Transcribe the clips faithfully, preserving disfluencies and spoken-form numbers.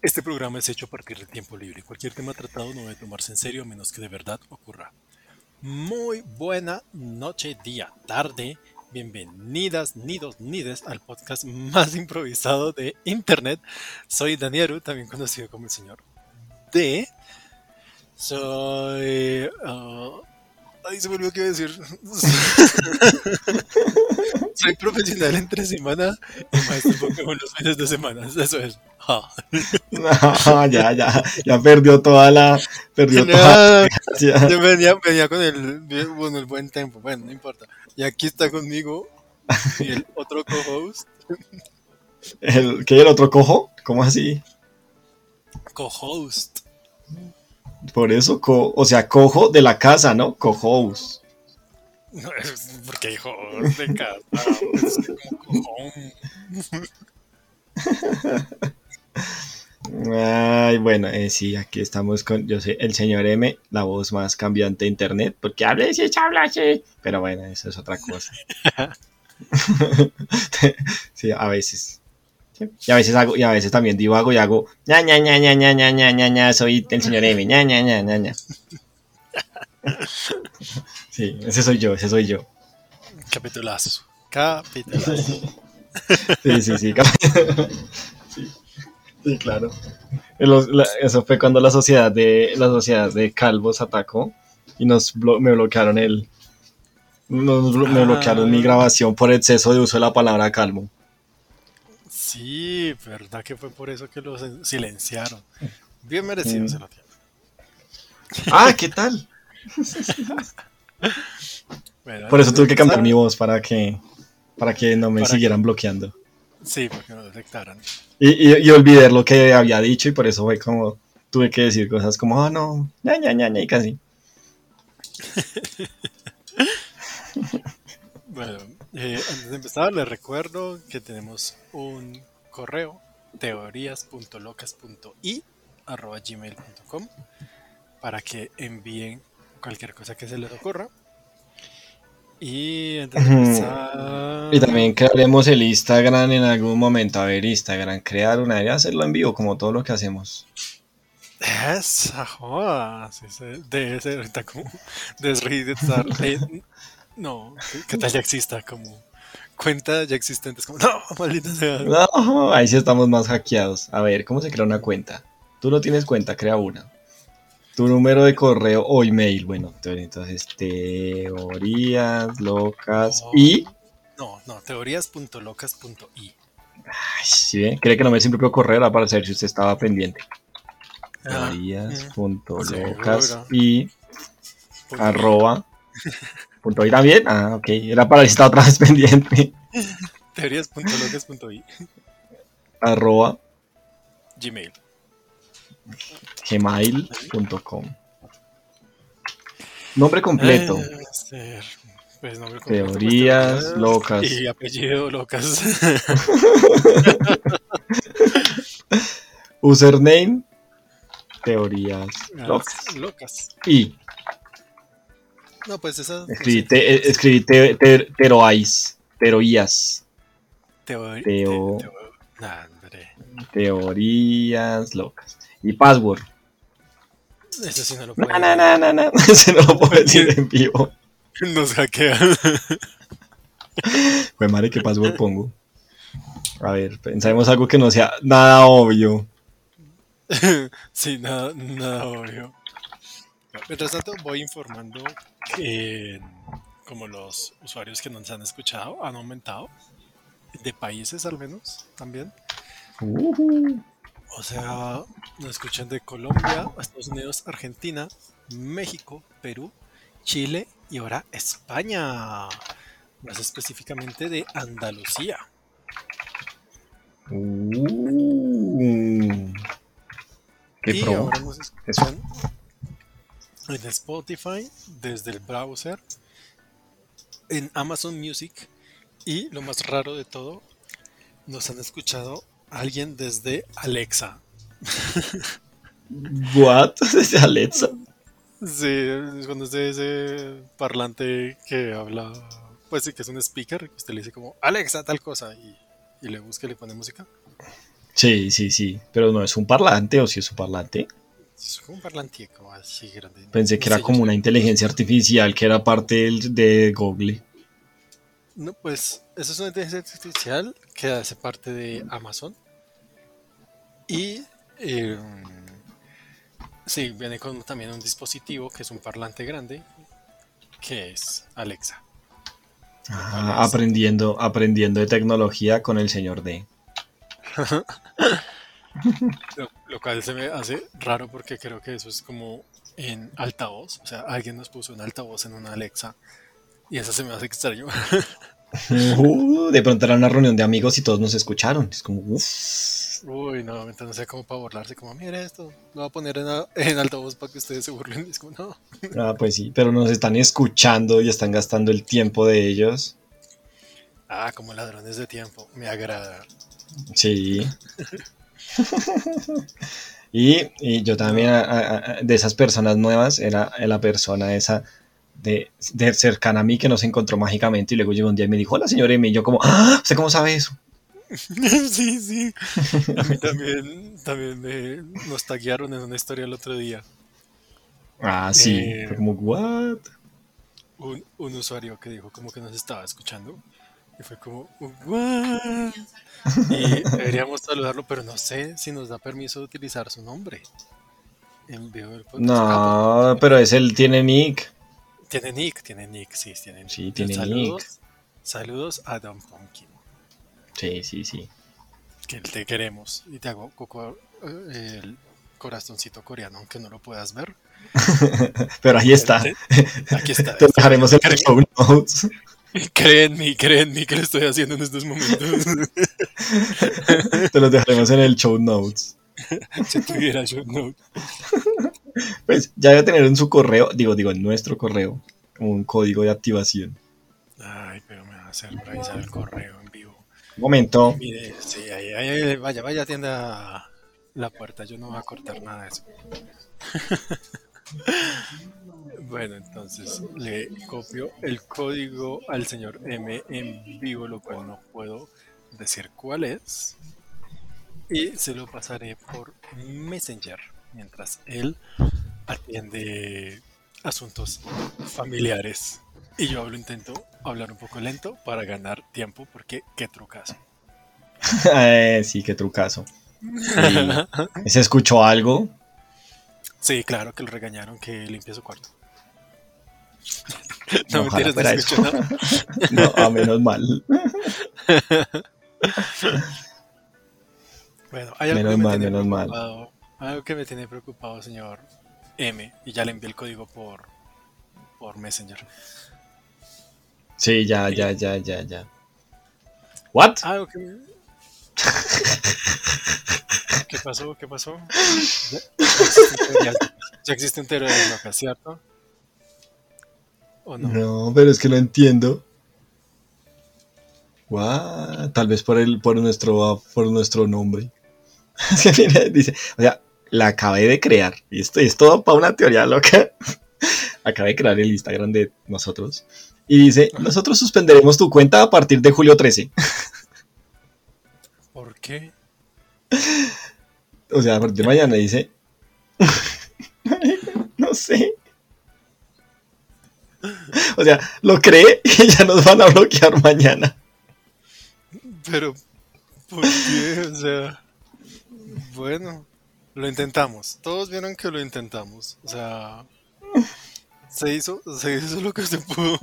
Este programa es hecho a partir del tiempo libre. Cualquier tema tratado no debe tomarse en serio a menos que de verdad ocurra. Muy buena noche, día, tarde. Bienvenidas, nidos, nides al podcast más improvisado de internet. Soy Danieru, también conocido como el señor D. Soy... ah, Ay, se me olvidó qué iba a decir. Soy profesional entre semana y maestro Pokémon los fines de semana. Eso es. Ja. No, ya, ya, ya perdió toda la, perdió toda No, la gracia. yo venía, venía con el, bien- bueno, el buen tiempo. Bueno, no importa. Y aquí está conmigo el otro co-host. El, ¿qué? ¿El otro cojo? ¿Cómo así? Co-host. Por eso, co, o sea, cojo de la casa, ¿no? Cojos. No, es porque hay host de casa. Pues es que como cojón. Ay, bueno, eh, sí, aquí estamos con, yo soy el señor M, la voz más cambiante de internet, porque habla así, habla así. Pero bueno, eso es otra cosa. Sí, a veces. Sí. Y a veces hago, y a veces también divago y hago ña ña ña ña ña ña ña ña ña, soy el señor M, ña ña ña ña ña. Sí, ese soy yo, ese soy yo. Capitulazo. Capitulazo. Sí, sí, sí. Sí, sí, claro. Los- la- eso fue cuando la sociedad de la sociedad de calvos atacó y nos blo- me bloquearon el nos blo- me bloquearon mi Ah, grabación por exceso de uso de la palabra calvo. sí, verdad que fue por eso que los silenciaron. Bien merecido se Mm. lo tiene. Ah, ¿qué tal? Bueno, Por antes eso de tuve que cambiar empezar, mi voz para que para que no me para que... siguieran bloqueando. Sí, porque no detectaran. Y, y, y olvidé lo que había dicho y por eso fue como tuve que decir cosas como, oh no, ña, ña, ña, ña, y casi. Bueno, eh, antes de empezar, les recuerdo que tenemos un correo, teorías.locas.i arroba gmail punto com, para que envíen cualquier cosa que se les ocurra. Y antes de Y empezar, también crearemos el Instagram en algún momento. A ver, Instagram, crear una y hacerlo en vivo, como todo lo que hacemos. esa joda, sí, sí, debe ser ahorita como desreeditar. Eh, no, que, que tal ya exista como cuenta ya existente. Es como, no, maldita sea. No, ahí sí estamos más hackeados. A ver, ¿cómo se crea una cuenta? Tú no tienes cuenta, crea una. Tu número de correo o email. Bueno, entonces teorías locas Oh, y... no, no, teorías.locas.i. Ay, ¿sí ve? Cree que no me es mi propio correo era para saber si usted estaba pendiente. Ah, mm, Teorías.locas seguro. y Punto i. arroba punto i también. Ah, ok. Era para ver si estaba otra vez pendiente. Teorías.locas.i. Arroba Gmail. gmail punto com. Nombre completo. Eh, ser, pues nombre completo, pues Teorías teorías locas. y apellido locas. Username. Teorías Las locas. locas. Y No, pues esa, no escribí, sé, creo que te, es escribí te, te, teroáis. Teroías. teoría. Te, Teo, teo- nah, hombre. teorías locas. Y password. Eso sí no lo No, puede no, decir. no, no, no. Ese no lo puedo decir en vivo. Nos hackean. Pues madre, ¿qué password pongo? A ver, pensemos algo que no sea nada obvio. Sí, nada, nada obvio. Mientras tanto, voy informando que como los usuarios que nos han escuchado han aumentado, de países al menos también. Uh-huh. O sea, nos escuchan de Colombia, Estados Unidos, Argentina, México, Perú, Chile y ahora España. Más específicamente de Andalucía. Uh, ¿Qué Y pro? ahora nos Eso. escuchan en Spotify desde el browser, en Amazon Music y lo más raro de todo, nos han escuchado alguien desde Alexa. What? Desde Alexa. Sí, es cuando es de ese parlante que habla, pues sí, que es un speaker, que usted le dice como Alexa tal cosa y, y le busca y le pone música. Sí, sí, sí. Pero no es un parlante, o si es un parlante. Es un parlantico así grande. Pensé No que era sé, yo como estoy. una inteligencia artificial que era parte del- de Google. No, pues, eso es una inteligencia artificial que hace parte de Amazon. Y eh, sí, viene con también un dispositivo que es un parlante grande, que es Alexa, lo cual Ah, es. aprendiendo, aprendiendo de tecnología con el señor D. Lo, lo cual se me hace raro porque creo que eso es como en altavoz. O sea, alguien nos puso un altavoz en una Alexa y eso se me hace extraño. Uh, de pronto era una reunión de amigos y todos nos escucharon. Es como, uff. Uy, no, entonces no sé cómo para burlarse, como, mira esto, lo voy a poner en, a- en altavoz para que ustedes se burlen. Y es como, no. Ah, pues sí, pero nos están escuchando y están gastando el tiempo de ellos. Ah, como ladrones de tiempo, me agrada. Sí. Y, y yo también, No, a- a- a- de esas personas nuevas, era la persona esa de, de cercana a mí que nos encontró mágicamente y luego llegó un día y me dijo, hola señor M, y yo como, ah, ¿usted cómo sabe eso? sí, sí. A mí también, también me, nos taguearon en una historia el otro día. Ah, sí, fue Eh, como, what? un, un usuario que dijo como que nos estaba escuchando y fue como, ¿what? Y deberíamos saludarlo, pero no sé si nos da permiso de utilizar su nombre en vivo del podcast. Ah, pues vamos a No, ver. pero es él tiene nick. Tiene nick, tiene nick, sí, tiene nick. Sí, Eh, tiene nick. Saludos, saludos a Don Pumpkin, Sí, sí, sí. que te queremos. Y te hago coco, eh, el corazoncito coreano, aunque no lo puedas ver. Pero ahí Pero está. te- aquí está, Te lo está bien. dejaremos en el Cree, show notes. cree en mí, cree en mí que lo estoy haciendo en estos momentos. Te los dejaremos en el show notes. Si tuviera yo, no. Pues ya debe tener en su correo, digo, digo, en nuestro correo, un código de activación. Ay, pero me va a hacer revisar el correo en vivo. Un Y momento. mire, sí, ahí, ahí, ahí, vaya, vaya, atienda la puerta. Yo no voy a cortar nada de eso. Bueno, entonces le copio el código al señor M en vivo, lo cual no puedo decir cuál es. Y se lo pasaré por Messenger mientras él atiende asuntos familiares. Y yo hablo, intento hablar un poco lento para ganar tiempo, porque qué trucazo. Eh, sí, qué trucazo. Y se escuchó algo. Sí, claro que lo regañaron que limpie su cuarto. No Ojalá mentiras, no fuera se eso. escuchó nada. No, a menos mal. Bueno, hay algo que Menos me mal, tiene menos mal. preocupado. Algo que me tiene preocupado, señor M. Y ya le envié el código por, por Messenger. Sí, ya, Y ya, ya, ya, ya. ¿What? algo que me- ¿Qué pasó? ¿Qué pasó? Ya, ya existen teorías, ya existen teorías locas, ¿cierto? ¿O no? No, pero es que no entiendo. What? Tal vez por el, por nuestro, por nuestro nombre. Es que mira, dice, o sea, la acabé de crear. Y esto es todo para una teoría loca. Acabé de crear el Instagram de nosotros. Y dice, nosotros suspenderemos tu cuenta a partir de julio trece. ¿Por qué? O sea, a partir de mañana dice, no sé. O sea, lo cree y ya nos van a bloquear mañana. Pero, ¿por qué? O sea, bueno, lo intentamos. Todos vieron que lo intentamos. O sea, se hizo, se hizo lo que se pudo.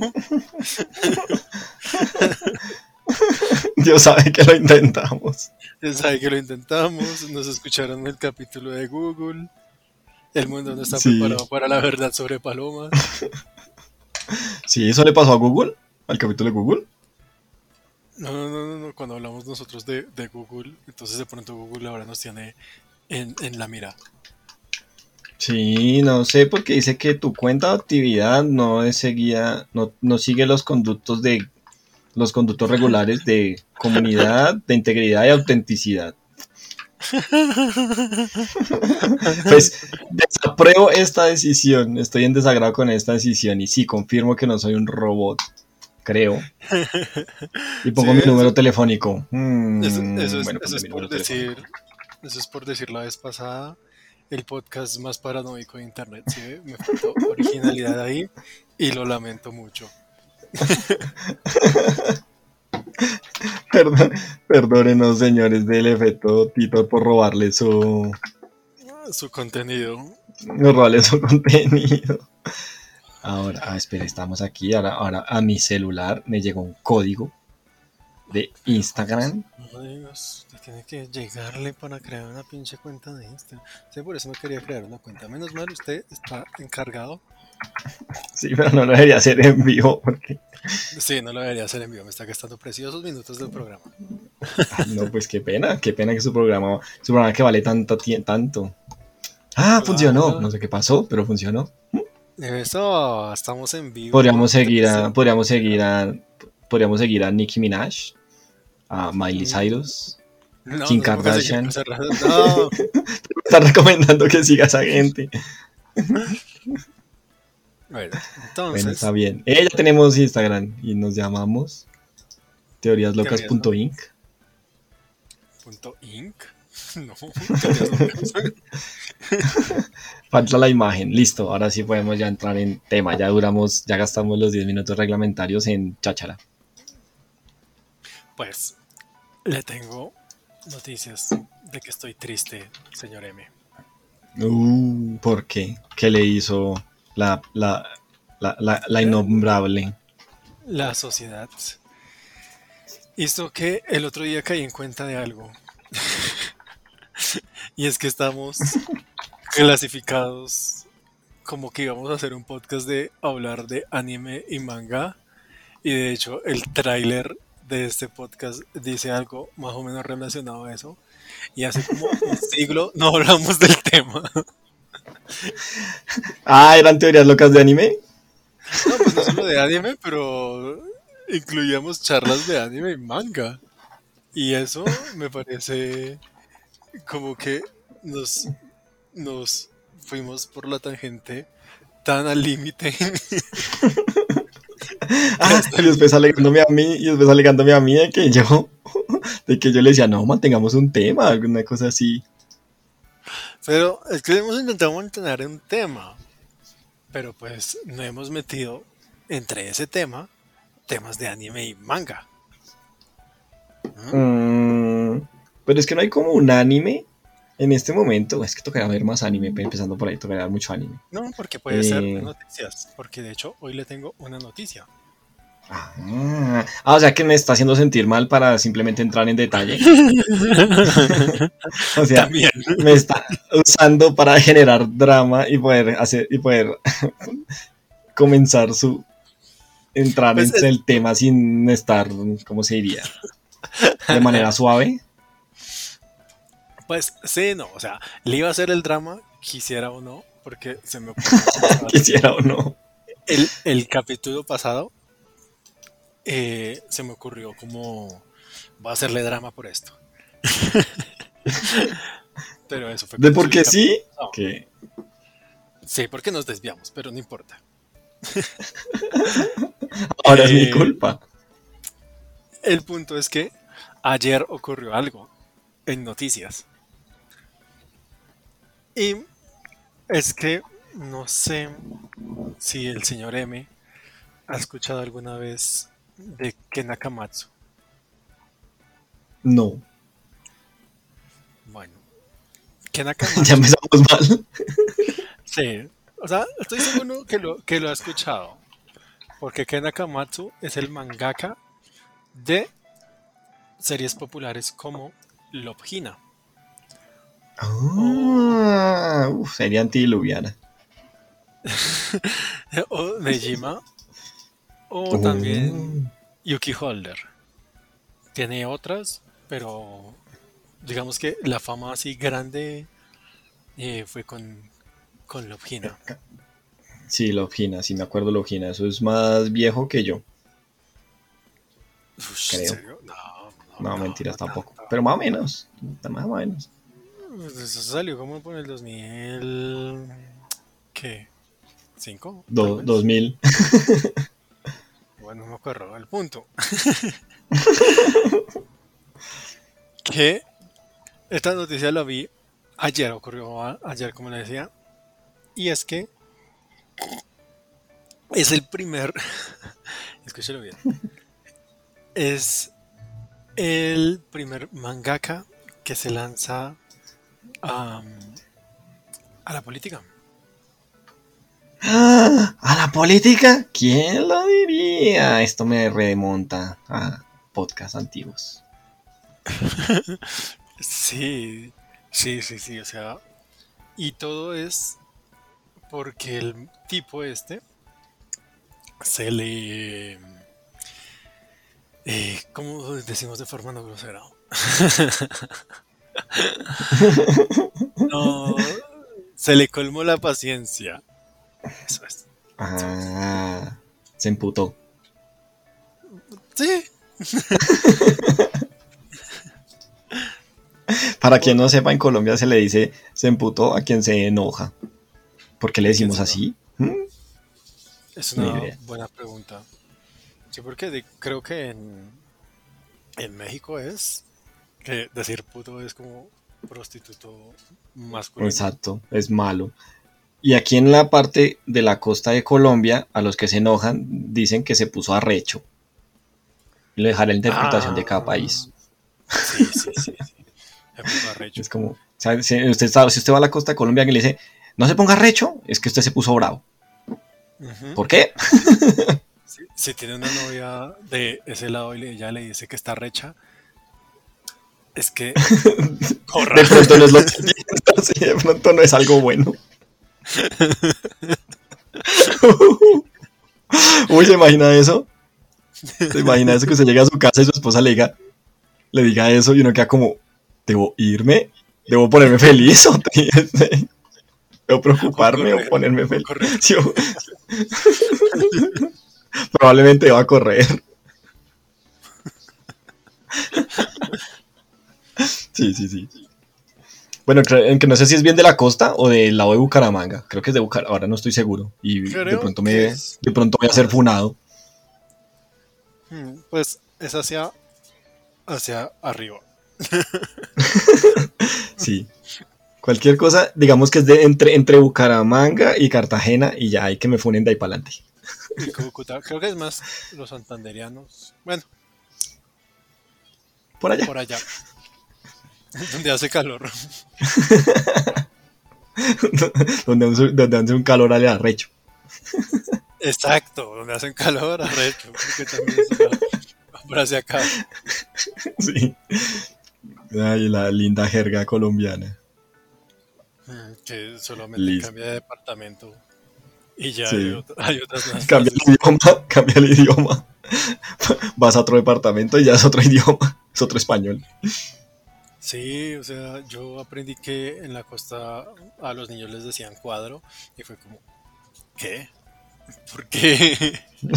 Dios sabe que lo intentamos. Ya sabe que lo intentamos. Nos escucharon en el capítulo de Google. El mundo no está Sí, preparado para la verdad sobre palomas. sí, eso le pasó a Google, al capítulo de Google. No, no, no, no, no, cuando hablamos nosotros de, de Google, entonces de pronto Google ahora nos tiene en, en la mira. Sí, no sé, porque dice que tu cuenta de actividad no es seguida, no, no sigue los conductos de los conductos regulares de comunidad, de integridad y autenticidad. Pues desapruebo esta decisión, estoy en desagrado con esta decisión y sí, confirmo que no soy un robot, creo. Y Sí, pongo mi eso, número telefónico. eso, Mm, eso es, bueno, eso pondré es mi por número decir, telefónico. eso es por decir la vez pasada, el podcast más paranoico de internet, ¿sí ve? Me faltó originalidad ahí y lo lamento mucho. Perdón, perdónenos, señores del efecto Tito, por robarle su, Su contenido. robarle su contenido. Ahora, ah, espera, estamos aquí. Ahora, ahora a mi celular me llegó un código de Instagram. No digas, usted tiene que llegarle para crear una pinche cuenta de Instagram. Sí, por eso me quería crear una cuenta. Menos mal, usted está encargado. Sí, pero no lo debería hacer en vivo porque. Sí, no lo debería hacer en vivo. Me está gastando preciosos minutos del programa. Ay, no, pues qué pena, qué pena que su programa, su programa que vale tanto, tanto. Ah, funcionó. Claro. No sé qué pasó, pero funcionó. Eso, estamos en vivo. Podríamos seguir a, podríamos seguir a, podríamos seguir a Nicki Minaj, a Miley Cyrus, No, Kim no tengo que seguir Kardashian. por ese rato. No. Me está recomendando que siga a esa gente. Bueno, Bueno, entonces, está bien. Eh, ya tenemos Instagram y nos llamamos teoríaslocas punto inc. punto inc. No, teorías locas. Falta la imagen. Listo, ahora sí podemos ya entrar en tema. Ya duramos, ya gastamos los diez minutos reglamentarios en cháchara. Pues le tengo noticias de que estoy triste, señor M. Uh, ¿por qué? ¿Qué le hizo la, la, la, la, la innombrable? La sociedad hizo que el otro día caí en cuenta de algo. Y es que estamos clasificados como que íbamos a hacer un podcast de hablar de anime y manga. Y de hecho el tráiler de este podcast dice algo más o menos relacionado a eso. Y hace como un siglo no hablamos del tema. Ah, ¿eran teorías locas de anime? No, pues no solo de anime, pero incluíamos charlas de anime y manga. Y eso me parece como que nos, nos fuimos por la tangente tan al límite. Ah, y después alegándome a mí, y después alegándome a mí de que yo, de que yo le decía, no, mantengamos un tema, alguna cosa así. Pero es que hemos intentado mantener un tema. Pero pues no hemos metido entre ese tema temas de anime y manga. ¿Mm? Mm, pero es que no hay como un anime en este momento. Es que tocaría ver más anime, empezando por ahí, tocaría ver mucho anime. No, porque puede Eh, ser noticias. Porque de hecho hoy le tengo una noticia. Ah, ah, o sea que me está haciendo sentir mal para simplemente entrar en detalle. O sea, También. me está usando para generar drama y poder hacer y poder comenzar su entrar Pues, en es- el tema sin estar, ¿cómo se diría? De manera suave. pues sí, no. O sea, le iba a hacer el drama, quisiera o no, porque se me ocurrió como estaba Quisiera o no. el, el capítulo pasado. eh, se me ocurrió como voy a hacerle drama por esto. Pero eso fue De cuando por subí el qué capítulo sí, pasado. que Sí, porque nos desviamos, pero no importa. ahora es mi Eh, culpa. el punto es que ayer ocurrió algo en noticias. Y es que no sé si el señor M ha escuchado alguna vez de Ken Nakamatsu. No, Bueno, Ken ya Nakamatsu, empezamos mal. sí, o sea, estoy seguro que lo, que lo ha escuchado. Porque Ken Nakamatsu es el mangaka de series populares como Love Hina o, Ah, uf, sería antidiluviana. o Nejima o también Oh. Yuki Holder. Tiene otras, pero digamos que la fama así grande eh, fue con, con Love Hina. Sí, Logina, sí me acuerdo Logina. Eso es más viejo que yo, Ush, ¿en creo. serio? No, no, No, no, mentiras no tampoco. tanto. Pero más o menos. Más o menos. Pues eso salió como por el dos mil... ¿Qué? ¿Cinco? Tal Do, vez. dos mil. Bueno, no me acuerdo. El punto. Que esta noticia la vi ayer, ocurrió a- ayer, como le decía, y es que es el primer, escúchelo bien, es el primer mangaka que se lanza a, a la política. ¡Ah! ¿A la política? ¿Quién lo diría? Esto me remonta a podcasts antiguos. Sí, sí, sí, sí, o sea, y todo es porque el tipo este se le, eh, ¿cómo decimos de forma no grosera? No, se le colmó la paciencia. Eso es, eso es. Ah, se emputó. Sí, Para quien no por, sepa, en Colombia se le dice se emputó a quien se enoja. ¿Por qué le ¿a quién decimos se enoja? así? ¿Mm? Es Ni una idea. buena pregunta. Sí, porque de- creo que en, en México es que decir puto es como prostituto masculino. Exacto, es malo. Y aquí en la parte de la costa de Colombia, a los que se enojan dicen que se puso arrecho. Y le dejaré la interpretación de cada Ah, país. sí, sí, sí, sí. Me puso arrecho. Es como, ¿sabe? Si usted, está- si usted va a la costa de Colombia y le dice, no se ponga arrecho, es que usted se puso bravo. Ujú. ¿Por qué? Si, si tiene una novia de ese lado y le- ella le dice que está recha, es que corra. De pronto no es lo que piensas, y de pronto no es algo bueno. Uy, ¿se imagina eso? ¿Se imagina eso que usted llega a su casa y su esposa le diga, le diga eso y uno queda como, ¿debo irme? ¿Debo ponerme feliz? ¿O triste? ¿Debo O preocuparme o correr, ponerme o feliz? correr. Sí, o- probablemente va a correr. Sí, sí, sí. Bueno, creo, en que no sé si es bien de la costa o del lado de Bucaramanga. Creo que es de Bucaramanga, ahora no estoy seguro. Y de Creo pronto que me, es. de pronto voy a ser Ah, funado. mm, pues es hacia, hacia arriba. Sí. Cualquier cosa, digamos que es de entre, entre Bucaramanga y Cartagena y ya hay que me funen de ahí para adelante. Y Cúcuta. Creo que es más los santanderianos. Bueno, Por allá. por allá, donde hace calor. donde, hace, donde hace un calor al arrecho. Exacto, donde hacen calor, arrecho. Creo que también es va, va por hacia acá. Sí. Ay, la linda jerga colombiana. Mm, Que solamente Listo. cambia de departamento y ya hay, Sí. ot- hay otras nuevas Cambia frases. el idioma, cambia el idioma. Vas a otro departamento y ya es otro idioma, es otro español. Sí, o sea, yo aprendí que en la costa a los niños les decían cuadro y fue como, ¿qué? ¿Por qué?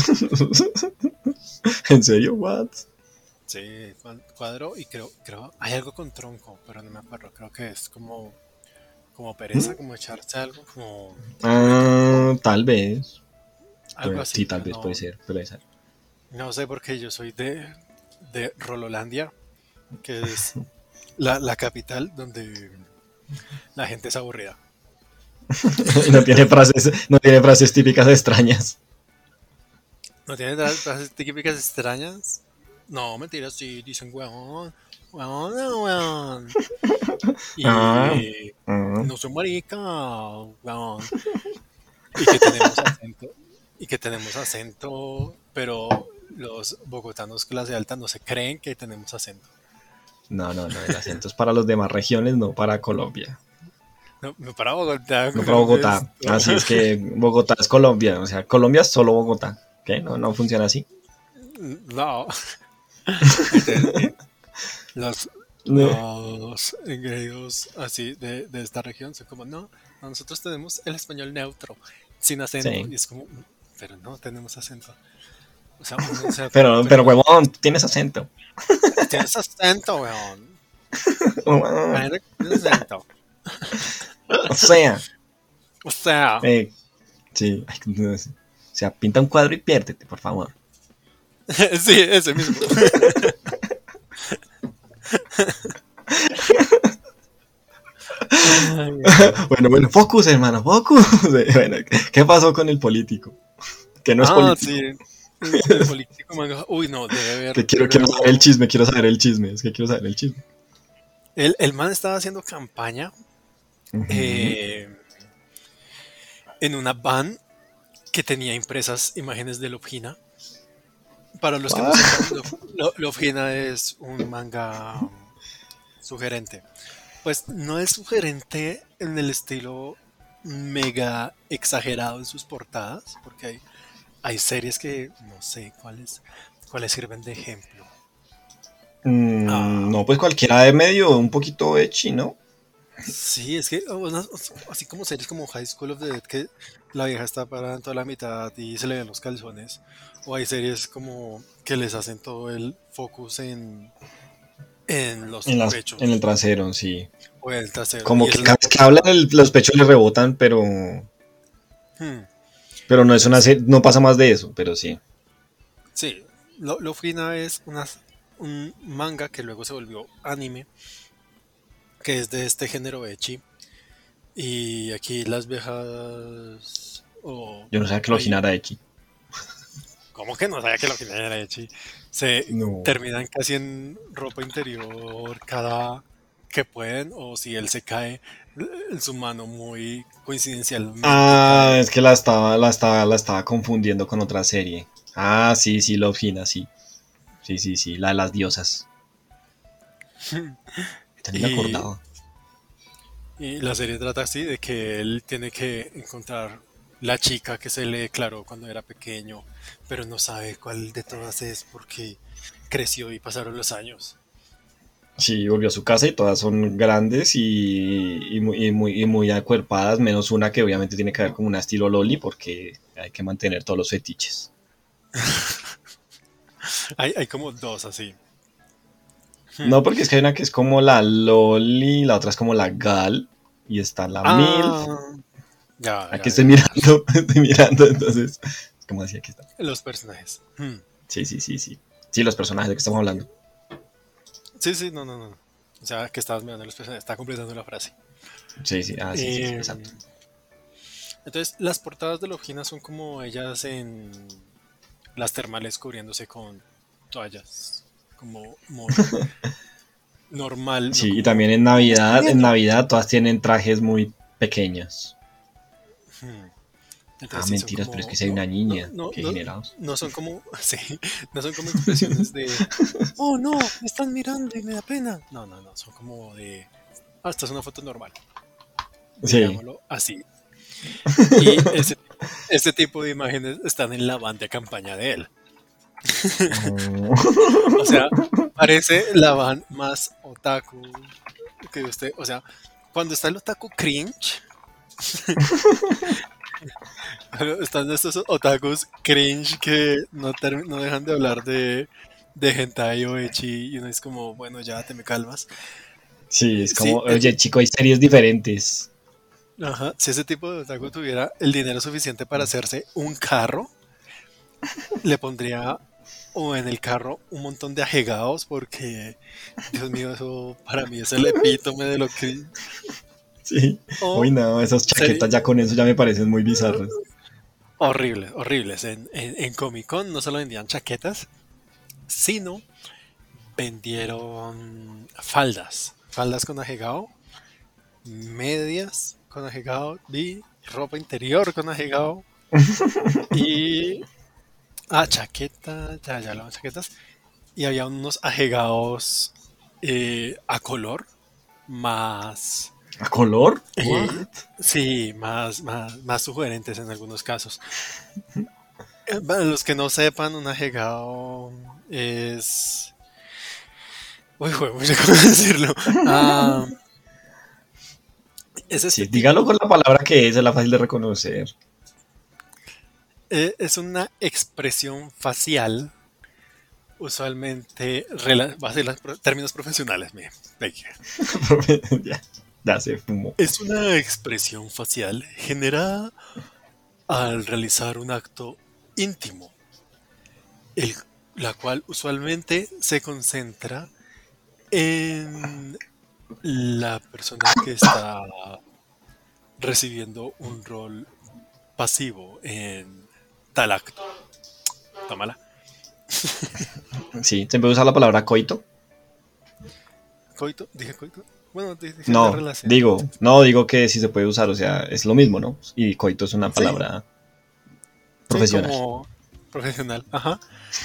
¿En serio? ¿What? Sí, cua- cuadro y creo, creo, hay algo con tronco, pero no me acuerdo, creo que es como, como pereza, ¿Mm? como echarse algo, como de tronco, Ah, tal vez. algo Pues, así, sí, tal pero vez puede no, ser, puede ser. no sé por qué yo soy de, de Rololandia, que es la, la capital donde la gente es aburrida. Y no tiene frases, no tiene frases típicas extrañas. ¿No tiene tra- frases típicas extrañas? No, mentira, sí, dicen weón, weón, no, weón. Ah, Y ah. no soy marica, weón. Y que tenemos acento, y que tenemos acento, pero los bogotanos clase alta no se creen que tenemos acento. No, no, no, el acento es para las demás regiones, no para Colombia. No, no para Bogotá, No para ¿dónde es? Bogotá. Así es que Bogotá es Colombia, o sea, Colombia es solo Bogotá. ¿Qué? No, no funciona así. No. Entonces, eh, los, No. los ingresos así de, de esta región son como, no, nosotros tenemos el español neutro, sin acento. Sí. Y es como, pero no tenemos acento. O sea, uno, o sea, Pero, pero pero no, huevón, tú tienes acento. tienes acento, weón. Huevón. Imagínate que tienes acento. O sea, O sea, eh, sí. Ay, no sé. O sea, pinta un cuadro y piérdete, por favor. sí, ese mismo. Ay, ay, ay. Bueno, bueno, focus, hermano, focus. Bueno, ¿qué pasó con el político? Que no es Ah, sí. político. El, el político manga. Uy, no, debe haber, Que quiero, pero quiero saber el chisme, quiero saber el chisme. Es que quiero saber el chisme. el, el man estaba haciendo campaña Ujú. eh, en una van que tenía impresas imágenes de Lofgina. Para los que no What? sepan, Lo- Lo- Lofgina es un manga um, sugerente. Pues no es sugerente en el estilo mega exagerado en sus portadas, porque hay, hay series que no sé cuáles, cuáles sirven de ejemplo. Mm, Ah, no, pues cualquiera de medio, un poquito ecchi, ¿no? sí, es que unas- así como series como High School of the Dead, que la vieja está parada en toda la mitad y se le ven los calzones, o hay series como que les hacen todo el focus en, en los En las, en el pechos trasero, sí. o en el trasero, Como y que esa es la cada vez que hablan, portada. el- los pechos le rebotan, pero, Hmm, pero no es una pues serie, no pasa más de eso, pero sí. sí, Lo, Lofina es una, un manga que luego se volvió anime, que es de este género ecchi. Y aquí las viejas. O Yo no sabía que lo hay. originara ecchi. ¿Cómo que no sabía que Lofina era ecchi? Se No. terminan casi en ropa interior cada que pueden, o si él se cae, en su mano muy coincidencialmente Ah, cae. es que la estaba, la estaba, la estaba confundiendo con otra serie. Ah, sí, sí, Love Hina, sí. Sí, sí, sí, la de las diosas. Ya ni me Y, acordaba. y la serie trata así de que él tiene que encontrar la chica que se le declaró cuando era pequeño, pero no sabe cuál de todas es porque creció y pasaron los años. Sí, volvió a su casa y todas son grandes y, y muy, y muy, y muy acuerpadas, menos una que obviamente tiene que ver como un estilo loli porque hay que mantener todos los fetiches. Hay, hay como dos así. Hmm. No, porque es que hay una que es como la loli, la otra es como la gal y está la milf. Ah, ya, Aquí ya, estoy ya, ya. mirando, estoy mirando, entonces, como decía, aquí está. Los personajes. Hmm. Sí, sí, sí, sí. Sí, los personajes de que estamos hablando. Sí, sí, no, no, no. O sea, que estabas mirando los personajes, está completando la frase. Sí, sí, ah, sí, sí, sí, Eh, exacto. entonces, las portadas de Logina son como ellas en las termales cubriéndose con toallas. Como muy normal, no Sí, y como, también en ¡oh, me están Navidad, en viendo! Navidad todas tienen trajes muy pequeños. Hmm. Ah, Entonces sí, son mentiras, pero es que como, si hay no, una no, niña, no, qué no, generados. no son como, sí, no son como expresiones de, oh no, me están mirando y me da pena. No, no, no, son como de, ah, esta es una foto normal, Sí. digámoslo así. Y ese, ese tipo de imágenes están en la van de campaña de él. O sea, parece la van más otaku que usted, o sea, cuando está el otaku cringe, están estos otakus cringe que no, termi- no dejan de hablar de, de hentai o ecchi y uno es como, bueno, ya te me calmas. Sí, es como, Sí, ese, oye, chico, hay series diferentes. ajá, si ese tipo de otaku tuviera el dinero suficiente para hacerse un carro, le pondría o en el carro un montón de ajegados porque, Dios mío, eso para mí es el epítome de lo que... Sí. Uy, O no, esas sería chaquetas ya con eso ya me parecen muy bizarras. horribles, horribles. En, en, en Comic Con no solo vendían chaquetas, sino vendieron faldas. Faldas con ajegao, medias con ajegao, y ropa interior con ajegao. Y... Ah, chaqueta, ya, ya hablamos de chaquetas. Y había unos ajegados eh, a color, más, ¿A color? eh, What? sí, más, más, más sugerentes en algunos casos. Eh, Para los que no sepan, un ajegao es... Uy, jue- no sé cómo decirlo. Ah, es este Sí, dígalo con tipo, la palabra que es, es la fácil de reconocer. eh, es una expresión facial, usualmente, rela- va a ser los pro- términos profesionales, me pegué. ya, ya se fumó. Es una expresión facial generada al realizar un acto íntimo, el- la cual usualmente se concentra en, la persona que está recibiendo un rol pasivo en tal acto. Tómala. Sí, se puede usar la palabra coito. ¿Coito? ¿Dije coito? Bueno, di- dije la No, relación. digo, no digo que sí se puede usar, o sea, es lo mismo, ¿no? Y coito es una Sí, palabra sí, profesional. como profesional. Ajá.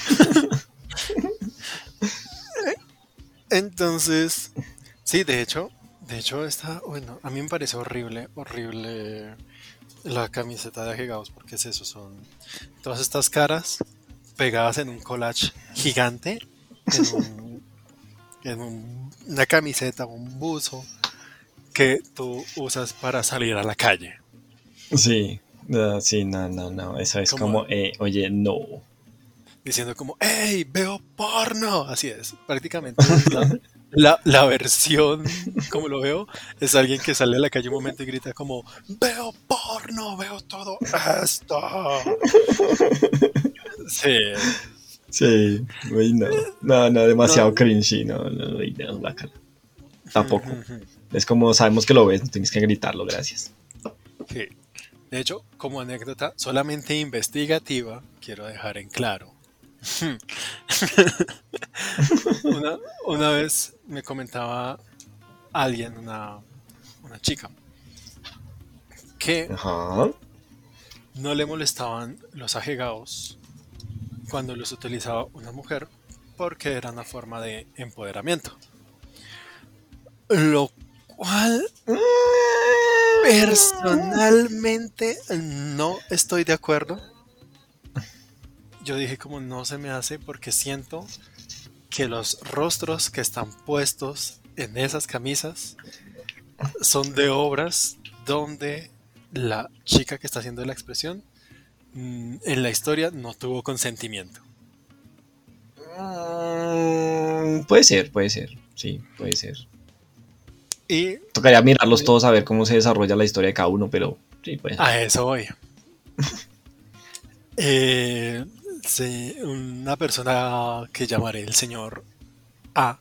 Entonces, sí, de hecho, de hecho está, bueno, a mí me parece horrible, horrible la camiseta de Ajegados, porque es eso, son todas estas caras pegadas en un collage gigante, en un, en un- una camiseta, un buzo que tú usas para salir a la calle. Sí, no, sí, no, no, no, eso es Como como, eh, oye, no. diciendo como, ¡hey, veo porno! Así es, prácticamente es la, la, la versión, como lo veo, es alguien que sale a la calle un momento y grita como, ¡veo porno! ¡Veo todo esto! Sí. Sí, uy, no, no, no, No. demasiado cringy, no, no, uy, no, guácala. Tampoco. Es como, sabemos que lo ves, no tienes que gritarlo, gracias. Sí. De hecho, como anécdota solamente investigativa, quiero dejar en claro. Una, una vez me comentaba alguien, una, una chica, que Ajá. no le molestaban los ajegaos cuando los utilizaba una mujer porque era una forma de empoderamiento. Lo cual personalmente no estoy de acuerdo. Yo dije como no se me hace porque siento que los rostros que están puestos en esas camisas son de obras donde la chica que está haciendo la expresión mm, en la historia no tuvo consentimiento. Mm, puede ser, puede ser, sí, puede ser. Y Tocaría mirarlos todos a ver cómo se desarrolla la historia de cada uno, pero sí, puede ser. a eso voy. Eh, sí, una persona que llamaré el señor A,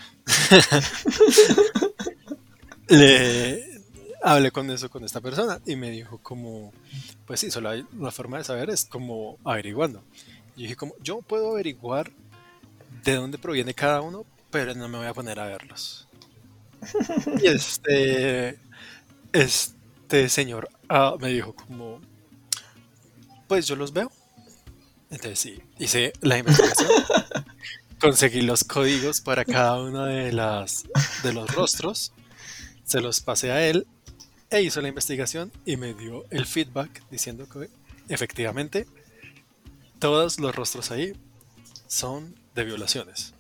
le hablé con eso con esta persona y me dijo como, pues sí, solo hay una forma de saber, es como averiguando. Y dije como, yo puedo averiguar de dónde proviene cada uno, pero no me voy a poner a verlos. Y este, este señor A me dijo como, pues yo los veo. Entonces sí, hice la investigación, conseguí los códigos para cada uno de las de los rostros, se los pasé a él e hizo la investigación y me dio el feedback diciendo que efectivamente todos los rostros ahí son de violaciones.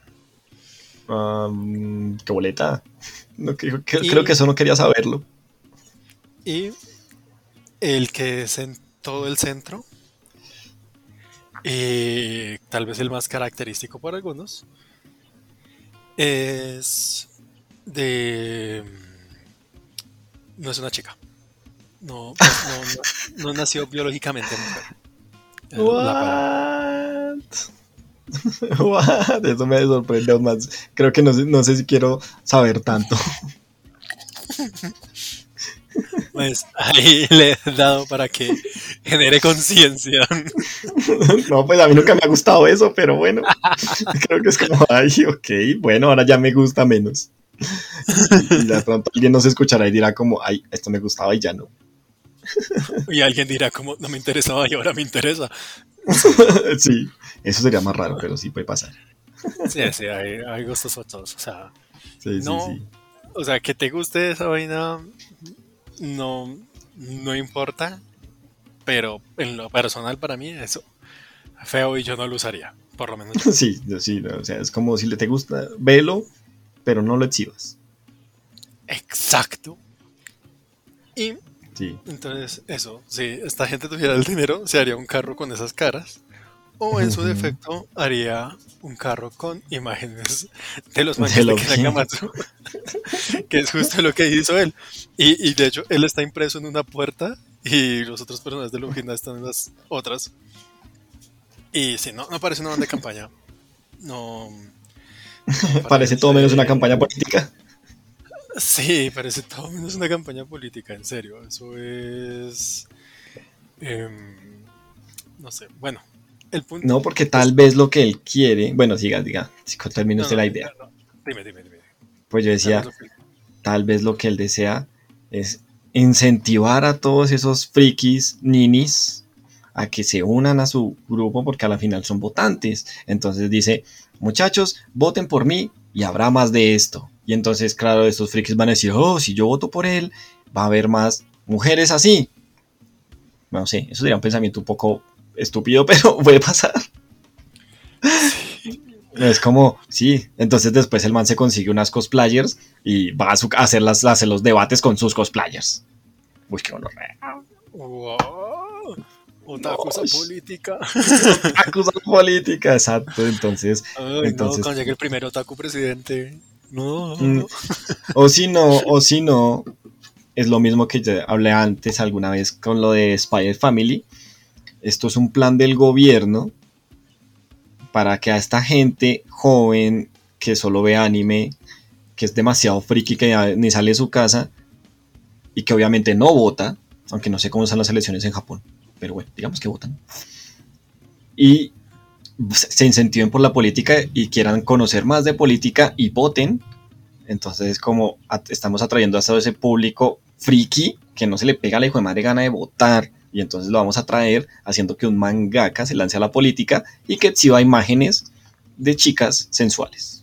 Um, qué boleta. No, creo, que, creo que Y, eso no quería saberlo. y el que es en todo el centro, y tal vez el más característico para algunos, es de... No es una chica. No, pues no, no, no nació biológicamente mujer. El- la palabra. What? What? Eso me sorprende aún más. Creo que no sé, no sé si quiero saber tanto. Pues ahí le he dado para que genere conciencia. No, pues a mí nunca me ha gustado eso, pero bueno. Creo que es como, ay, ok, bueno, ahora ya me gusta menos. Y, y de pronto alguien nos escuchará y dirá como, ay, esto me gustaba y ya no. Y alguien dirá como no me interesaba y ahora me interesa. Sí, Sí, eso sería más raro, pero sí puede pasar. sí, sí, hay, hay gustos para todos. O sea, Sí, sí, no, sí. o sea, que te guste esa vaina no, no importa, pero en lo personal para mí eso feo y yo no lo usaría, por lo menos yo. Sí, sí, no, o sea, es como si le te gusta, velo, pero no lo exhibas. Exacto. Y Sí. entonces eso, si esta gente tuviera el dinero, se haría un carro con esas caras. O en su Ujú. defecto haría un carro con imágenes de los De mangas de lo Ken que. Akamatsu, que es justo lo que hizo él. Y, y de hecho, él está impreso en una puerta y los otros personajes de Lugina están en las otras. Y sí, no, no parece una banda de campaña. No, no Parece todo menos una parece. campaña política. Sí, parece todo menos una campaña política, en serio. Eso es... em, no sé, bueno, el No, punto porque tal es... vez lo que él quiere, bueno, siga, diga, si termine No, usted no, la no, idea. no, dime, dime, dime. Pues yo Tal vez decía, lo que... tal vez lo que él desea es incentivar a todos esos frikis, ninis, a que se unan a su grupo porque a la final son votantes. Entonces dice, muchachos, voten por mí y habrá más de esto. Y entonces, claro, estos frikis van a decir, oh, si yo voto por él, va a haber más mujeres así. No sé, eso sería un pensamiento un poco estúpido, pero puede pasar. Sí. Es como, sí, entonces después el man se consigue unas cosplayers y va a, su- a hacer, las, a hacer los debates con sus cosplayers. Uy, qué honor. Wow. No, Otakusa política. acusa política, exacto. Entonces, Ay, no, entonces, cuando llegue el primer otaku presidente. mm, No. o si no, o si no, es lo mismo que ya hablé antes alguna vez con lo de Spy Family. Esto es un plan del gobierno para que a esta gente joven que solo ve anime, que es demasiado friki, que ya ni sale de su casa y que obviamente no vota, aunque no sé cómo son las elecciones en Japón, pero bueno, digamos que votan. Y se incentiven por la política y quieran conocer más de política y voten. Entonces es como estamos atrayendo a todo ese público friki que no se le pega a la hijo de madre gana de votar. Y entonces lo vamos a traer haciendo que un mangaka se lance a la política y que exhiba imágenes de chicas sensuales.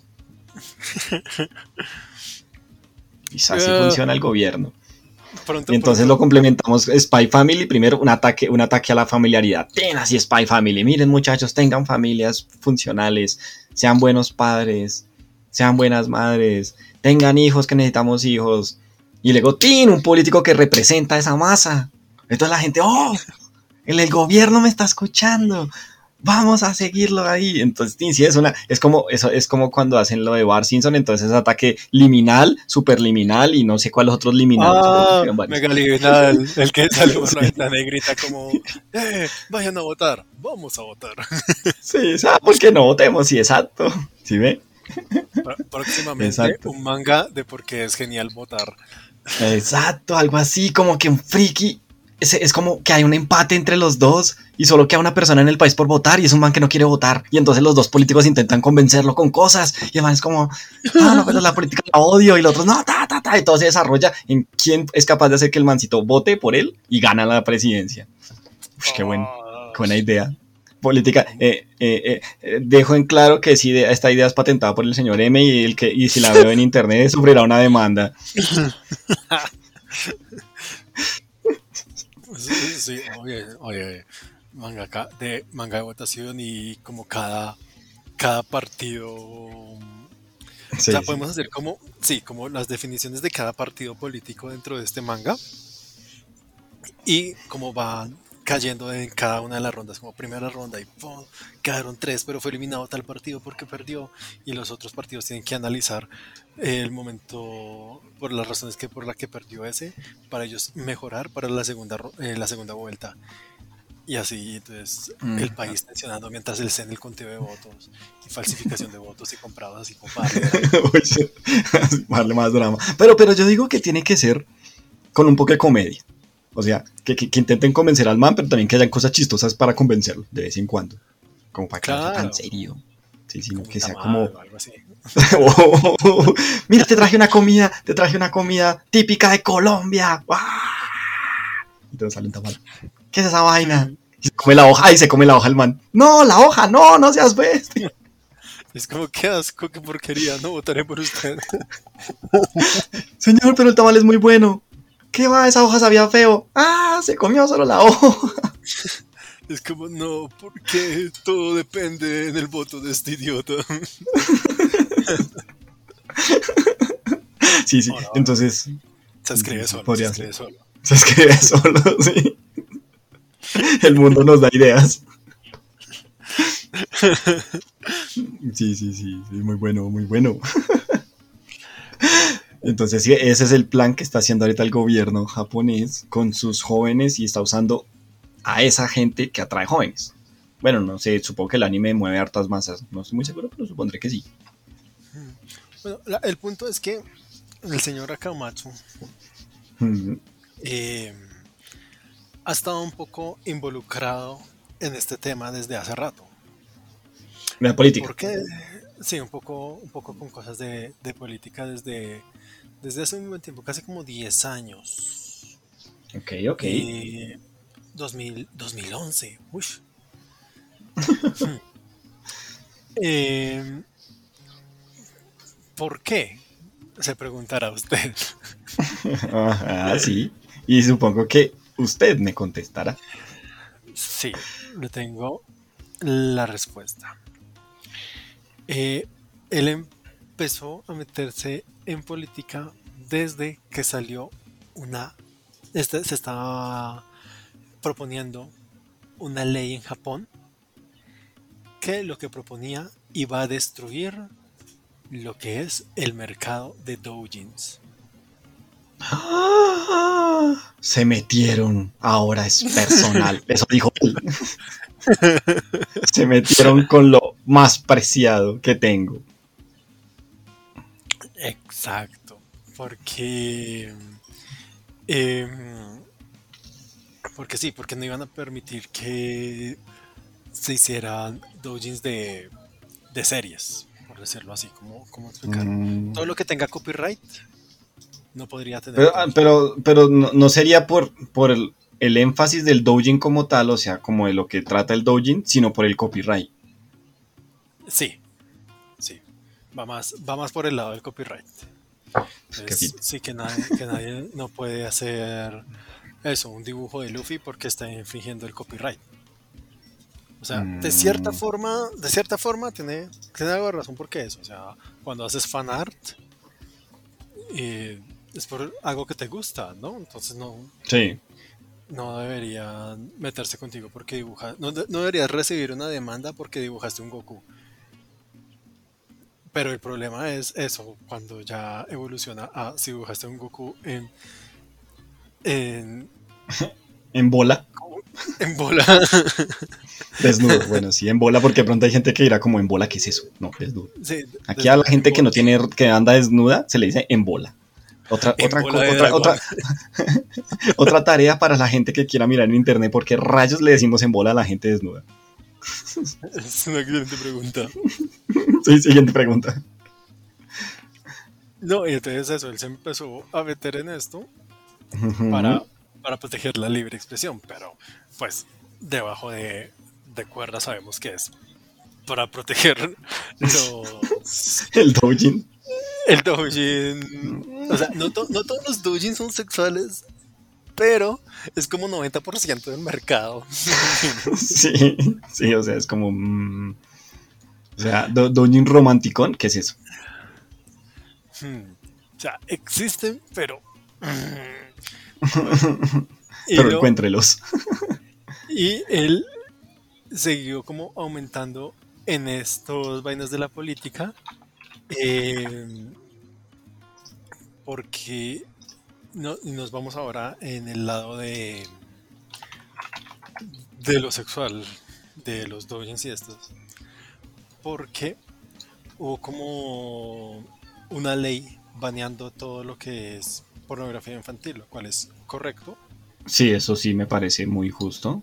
Y así Uh, funciona el gobierno. Y pronto, entonces lo pronto. complementamos Spy Family, primero un ataque, un ataque a la familiaridad. Ten así Spy Family. Miren muchachos, tengan familias funcionales, sean buenos padres, sean buenas madres, tengan hijos que necesitamos hijos. Y luego, ¡tin! Un político que representa esa masa. Entonces la gente, ¡oh! El, el gobierno me está escuchando. Vamos a seguirlo ahí. Entonces, sí, es una, es como, eso es como cuando hacen lo de Bart Simpson, entonces ataque liminal, superliminal y no sé cuáles otros liminales, pero Ah, hubieron varios. Megalignal, el que sale por la Sí, ventana y grita como, eh, vayan a votar, vamos a votar. sí, ¿sabes por qué no votemos? Sí, exacto. ¿Sí ve? Pr- Próximamente Exacto. un manga de por qué es genial votar. Exacto, algo así, como que un friki. Es, es como que hay un empate entre los dos y solo queda una persona en el país por votar y es un man que no quiere votar. Y entonces los dos políticos intentan convencerlo con cosas y el man es como, no, no, pero la política la odio y los otros, no, ta, ta, ta. Y todo se desarrolla en quién es capaz de hacer que el mancito vote por él y gana la presidencia. Uf, qué, buen, qué Oh, buena idea. Política. Eh, eh, eh, dejo en claro que si de, esta idea es patentada por el señor M y, el que, y si la veo en internet sufrirá una demanda. sí, sí, oye, oye, manga de manga de votación y como cada, cada partido. O sea, Sí, sí. podemos hacer como, sí, como las definiciones de cada partido político dentro de este manga y cómo van cayendo en cada una de las rondas, como primera ronda y ¡pum! Quedaron tres, pero fue eliminado tal partido porque perdió y los otros partidos tienen que analizar el momento por las razones que por la que perdió ese para ellos mejorar para la segunda ro- eh, la segunda vuelta y así entonces el Mm. país tensionando mientras el C N el conteo de votos y falsificación de votos y comprados así como para darle drama. Oye, darle más drama. Pero, pero yo digo que tiene que ser con un poco de comedia. O sea, que, que, que intenten convencer al man, pero también que hayan cosas chistosas para convencerlo de vez en cuando. Como para que no sea tan Claro, serio. Sí, sino como un que sea como, tamal o algo así. oh, mira, te traje una comida, te traje una comida típica de Colombia. ¡Guau! Y te sale un tamal. ¿Qué es esa vaina? Y se come la hoja, y se come la hoja el man. No, la hoja, no, no seas bestia. Es como, qué asco, qué porquería, no votaré por usted. Señor, pero el tamal es muy bueno. ¿Qué va? Esa hoja sabía feo. Ah, se comió solo la hoja. Es como, no, porque todo depende del voto de este idiota. Sí, sí, Oh, no, no. entonces, Se sí, sí, escribe sí, solo, se podría ser. escribe solo. Se escribe solo, sí. El mundo nos da ideas. Sí, sí, sí, sí, muy bueno, muy bueno. Entonces, sí, ese es el plan que está haciendo ahorita el gobierno japonés con sus jóvenes y está usando a esa gente que atrae jóvenes. Bueno, no sé, supongo que el anime mueve hartas masas. No estoy muy seguro, pero supondré que sí. Bueno, la- el punto es que el señor Akamacho Mm, eh, ha estado un poco involucrado en este tema desde hace rato. La política. ¿Por qué? Sí, un poco, un poco con cosas de, de política desde, desde hace un buen tiempo, casi como diez años. Ok, ok. Eh, dos mil, dos mil once. Uy. Hmm. Eh, ¿Por qué? Se preguntará usted. Ajá, sí. Y supongo que usted me contestará. Sí, le tengo la respuesta. Eh, Él empezó a meterse en política desde que salió una... Este, se estaba proponiendo una ley en Japón que lo que proponía iba a destruir lo que es el mercado de doujins. ¡Ah! Se metieron. Ahora es personal. Eso dijo él. Se metieron con lo más preciado que tengo. Exacto, porque em, porque sí, porque no iban a permitir que se hicieran doujins de, de series, por decirlo así, ¿cómo, cómo explicarlo? Mm. Todo lo que tenga copyright no podría tener Pero, un ah, doujin. pero, pero no, no sería por, por el, el énfasis del doujin como tal, o sea, como de lo que trata el doujin, sino por el copyright. Sí, sí, va más, va más por el lado del copyright. Pues qué fin. Entonces, sí que nadie, que nadie no puede hacer eso, un dibujo de Luffy porque está infringiendo el copyright. O sea, de cierta Mm, forma, de cierta forma tiene, tiene algo de razón porque eso. O sea, cuando haces fan art, eh, es por algo que te gusta, ¿no? Entonces no, sí. no deberían meterse contigo porque dibujas, no, de- no deberías recibir una demanda porque dibujaste un Goku. Pero el problema es eso, cuando ya evoluciona a si dibujaste un Goku en, en, En bola, en bola. desnudo. Bueno, sí, en bola, porque de pronto hay gente que dirá como en bola, ¿qué es eso? No, desnudo. Sí, Aquí a la desnudo, en, gente que bo- no tiene, que anda desnuda, se le dice en bola. Otra, en otra, bola de otra, dragón. otra, otra tarea para la gente que quiera mirar en internet, porque rayos le decimos en bola a la gente desnuda. Es una excelente pregunta. Sí, siguiente pregunta. No, y entonces eso, él se empezó a meter en esto para, Ujú. para proteger la libre expresión, pero pues debajo de, de cuerda sabemos que es para proteger los... El doujin. El doujin... O sea, no, to- no todos los doujins son sexuales, pero es como noventa por ciento del mercado. Sí, sí, o sea, es como. mm, o sea, do, doujin romanticón, ¿qué es eso? Hmm. O sea, existen, pero... mm, bueno, y, Pero lo, encuéntrelos. y él siguió como aumentando en estos vainas de la política, eh, porque no, nos vamos ahora en el lado de, de lo sexual, de los doujins y estos, porque hubo como una ley baneando todo lo que es pornografía infantil, lo cual es correcto, Sí, eso sí me parece muy justo.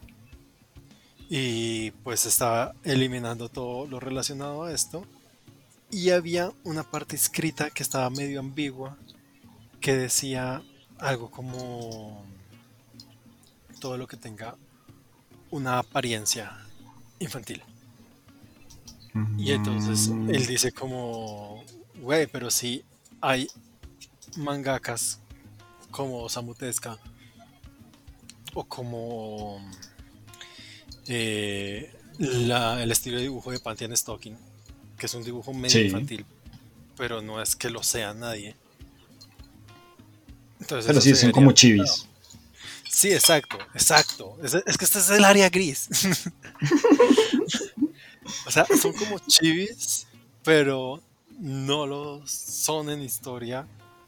y pues estaba eliminando todo lo relacionado a esto, y había una parte escrita que estaba medio ambigua que decía algo como todo lo que tenga una apariencia infantil. Y entonces Mm, él dice como, güey, pero si hay mangakas como Osamu Tezuka o como eh, la- el estilo de dibujo de Panty and Stocking, que es un dibujo medio sí, infantil, pero no es que lo sea nadie. Entonces pero eso sí, se son debería como haber quitado. chivis. Sí, exacto, exacto. Es, es que este es el área gris. O sea, son como chivis, pero no lo son en historia.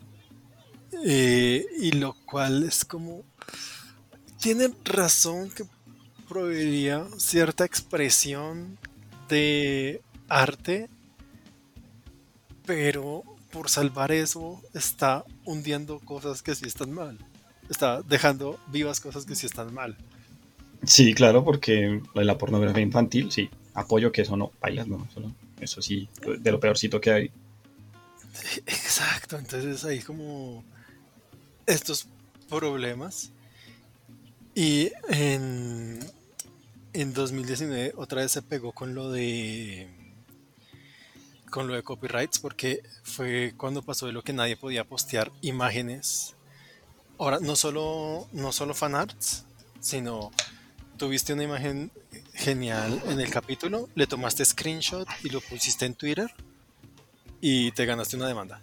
Eh, y lo cual es como... Tienen razón que proveería cierta expresión de arte, pero, por salvar eso está hundiendo cosas que sí están mal. Está dejando vivas cosas que sí están mal. Sí, claro, porque la, la pornografía infantil, sí, apoyo que eso no, bailas, no, eso, no, eso sí, de lo peorcito que hay. Exacto, entonces hay como estos problemas. Y en, en dos mil diecinueve otra vez se pegó con lo de con lo de copyrights porque fue cuando pasó de lo que nadie podía postear imágenes. Ahora, no solo, no solo fanarts, sino tuviste una imagen genial en el capítulo, le tomaste screenshot y lo pusiste en Twitter y te ganaste una demanda.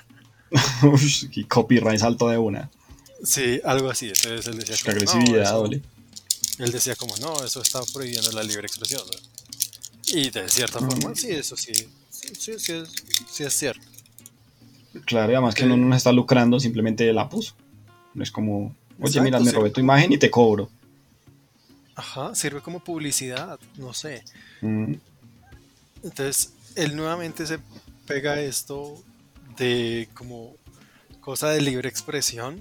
Y copyright salto de una. Sí, algo así. Entonces él decía Qué como, no, agresividad, eso, ole. él decía como, no, eso está prohibiendo la libre expresión, ¿no? Y de cierta forma, sí, eso sí, sí, sí, sí es, sí es cierto. Claro, y además que uno Que, no está lucrando, simplemente la puso. No es como, oye, mira, exacto, me sirve robé tu como, imagen y te cobro. ajá, sirve como publicidad, no sé. Mm, Entonces, él nuevamente se pega a esto de como cosa de libre expresión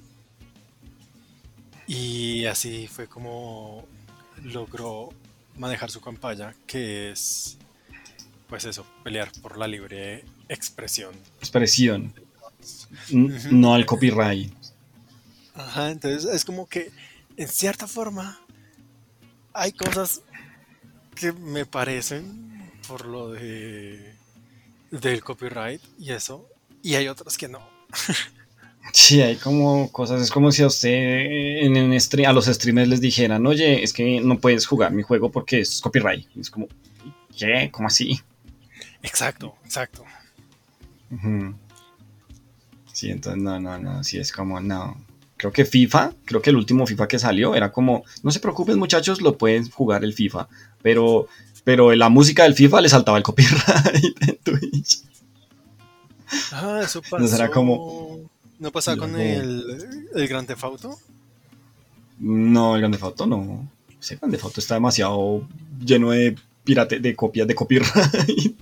y así fue como logró manejar su campaña, que es, pues eso, pelear por la libre expresión. expresión, N- Ujú. no al copyright. Ajá, entonces es como que en cierta forma hay cosas que me parecen por lo de del copyright y eso, y hay otras que no. Sí, hay como cosas, es como si a usted en, en stre- a los streamers les dijeran, oye, es que no puedes jugar mi juego porque es copyright. Y es como, ¿qué? ¿Cómo así? Exacto, exacto. Ujú. Sí, entonces no, no, no, sí es como, no. Creo que FIFA, creo que el último FIFA que salió era como, no se preocupen muchachos, lo pueden jugar el FIFA, pero, pero en la música del FIFA le saltaba el copyright en Twitch. Ah, eso Entonces era como, pasó. ¿No pasaba era con como, el, el Grand Theft Auto? no, el Grande Foto no. Ese Grande Foto está demasiado lleno de pirate, de copias de copyright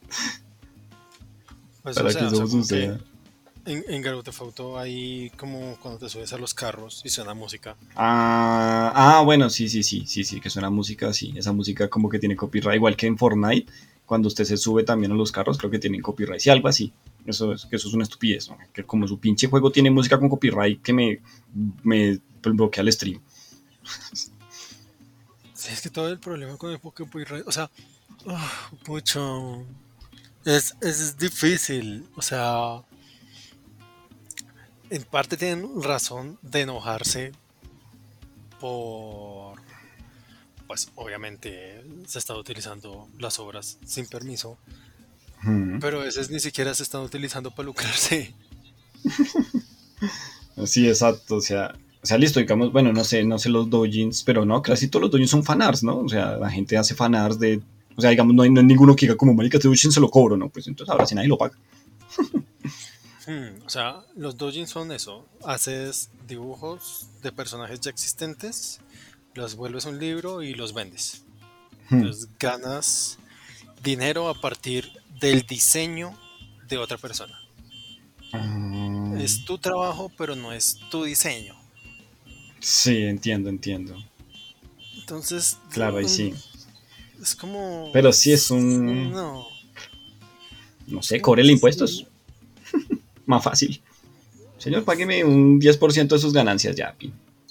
Pues o para que sea, o sea, eso como que suceda. en, en Grand Theft Auto hay como cuando te subes a los carros y suena música. Ah, ah, bueno, sí, sí, sí, sí, sí, que suena música, sí, esa música como que tiene copyright, igual que en Fortnite, cuando usted se sube también a los carros, creo que tienen copyright, sí, algo así. Eso es, que eso es una estupidez, ¿no? Que como su pinche juego tiene música con copyright que me, me bloquea el stream. Sí, es que todo el problema con el copyright, o sea, ah, mucho. Es, es difícil, o sea, en parte tienen razón de enojarse por, pues obviamente se están utilizando las obras sin permiso, Hmm. pero a veces ni siquiera se están utilizando para lucrarse. Sí, exacto, o sea, o sea, listo, digamos, bueno, no sé, no sé los doujins, pero no, casi todos los doujins son fanarts, ¿no? O sea, la gente hace fanarts de, o sea, digamos, no hay, no hay ninguno que diga como, marica, este doujin se lo cobro, ¿no? Pues entonces ahora sí nadie lo paga. Hmm, o sea, los doujins son eso, haces dibujos de personajes ya existentes, los vuelves a un libro y los vendes. Hmm. Entonces ganas dinero a partir del diseño de otra persona. Mm, Es tu trabajo, pero no es tu diseño. sí, entiendo, entiendo. Entonces, Claro, ahí mm, sí. es como, Pero sí es un, no, no es sé, como, cobrele impuestos, más fácil. Señor, págueme un diez por ciento de sus ganancias ya, pin.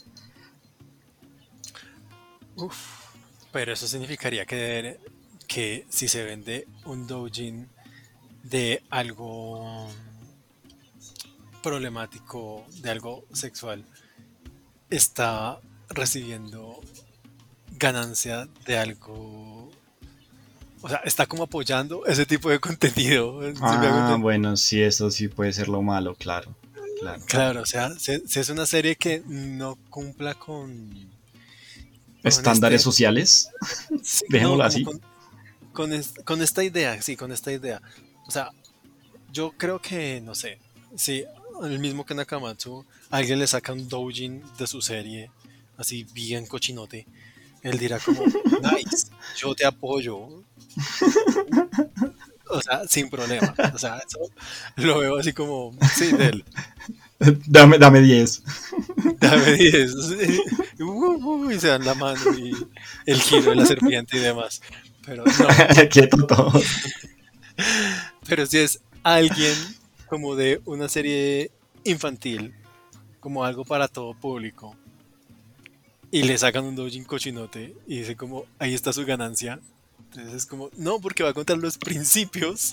uf, pero eso significaría que, que si se vende un doujin de algo problemático, de algo sexual, está recibiendo ganancia de algo, o sea, está como apoyando ese tipo de contenido. ¿Sí me hago Ah, entender? bueno, sí, eso sí puede ser lo malo, claro, claro. Claro, o sea, si, si es una serie que no cumpla con, con Estándares este, sociales, sí, no, dejémoslo como así. con, con, es- con esta idea, sí, con esta idea. O sea, yo creo que, no sé, si el mismo que Nakamatsu, alguien le saca un doujin de su serie, así bien cochinote, él dirá como, nice, yo te apoyo. O sea, sin problema. O sea, eso lo veo así como, sí, de él. Dame, dame diez. Dame diez. Y, uh, uh, y se dan la mano y el giro de la serpiente y demás. Pero no. Quieto todos. Pero si es alguien como de una serie infantil, como algo para todo público, y le sacan un doujin cochinote y dice como, ahí está su ganancia. Entonces es como, no, porque va a contar los principios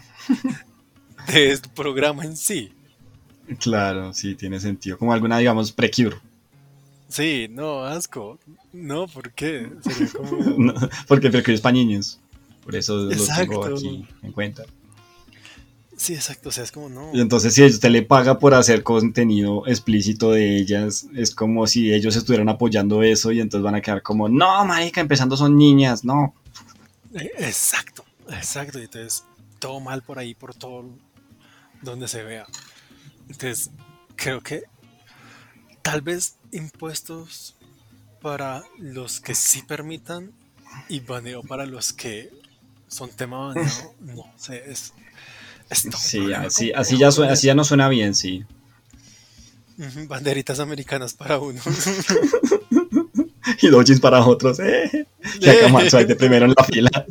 del programa en sí. Claro, sí, tiene sentido. Como alguna, digamos, Precure. Sí, no, asco. No, ¿por qué? Sería No, como... porque Precure es para niños. Por eso lo tengo Exacto. aquí en cuenta. Sí, exacto. O sea, es como, Y no. entonces si usted le paga por hacer contenido explícito de ellas, es como si ellos estuvieran apoyando eso y entonces van a quedar como, no, marica, empezando son niñas, no. Eh, Exacto, exacto. Y entonces, todo mal por ahí, por todo donde se vea. Entonces, creo que tal vez impuestos para los que sí permitan y baneo para los que son tema baneado. No sé, es, es todo un Sí, problema así, así, ya complejo con suena, así ya eso. no suena bien, sí. Ujú, banderitas americanas para unos. Y dojis para otros, eh. Y acá Matsu ahí de primero en la fila.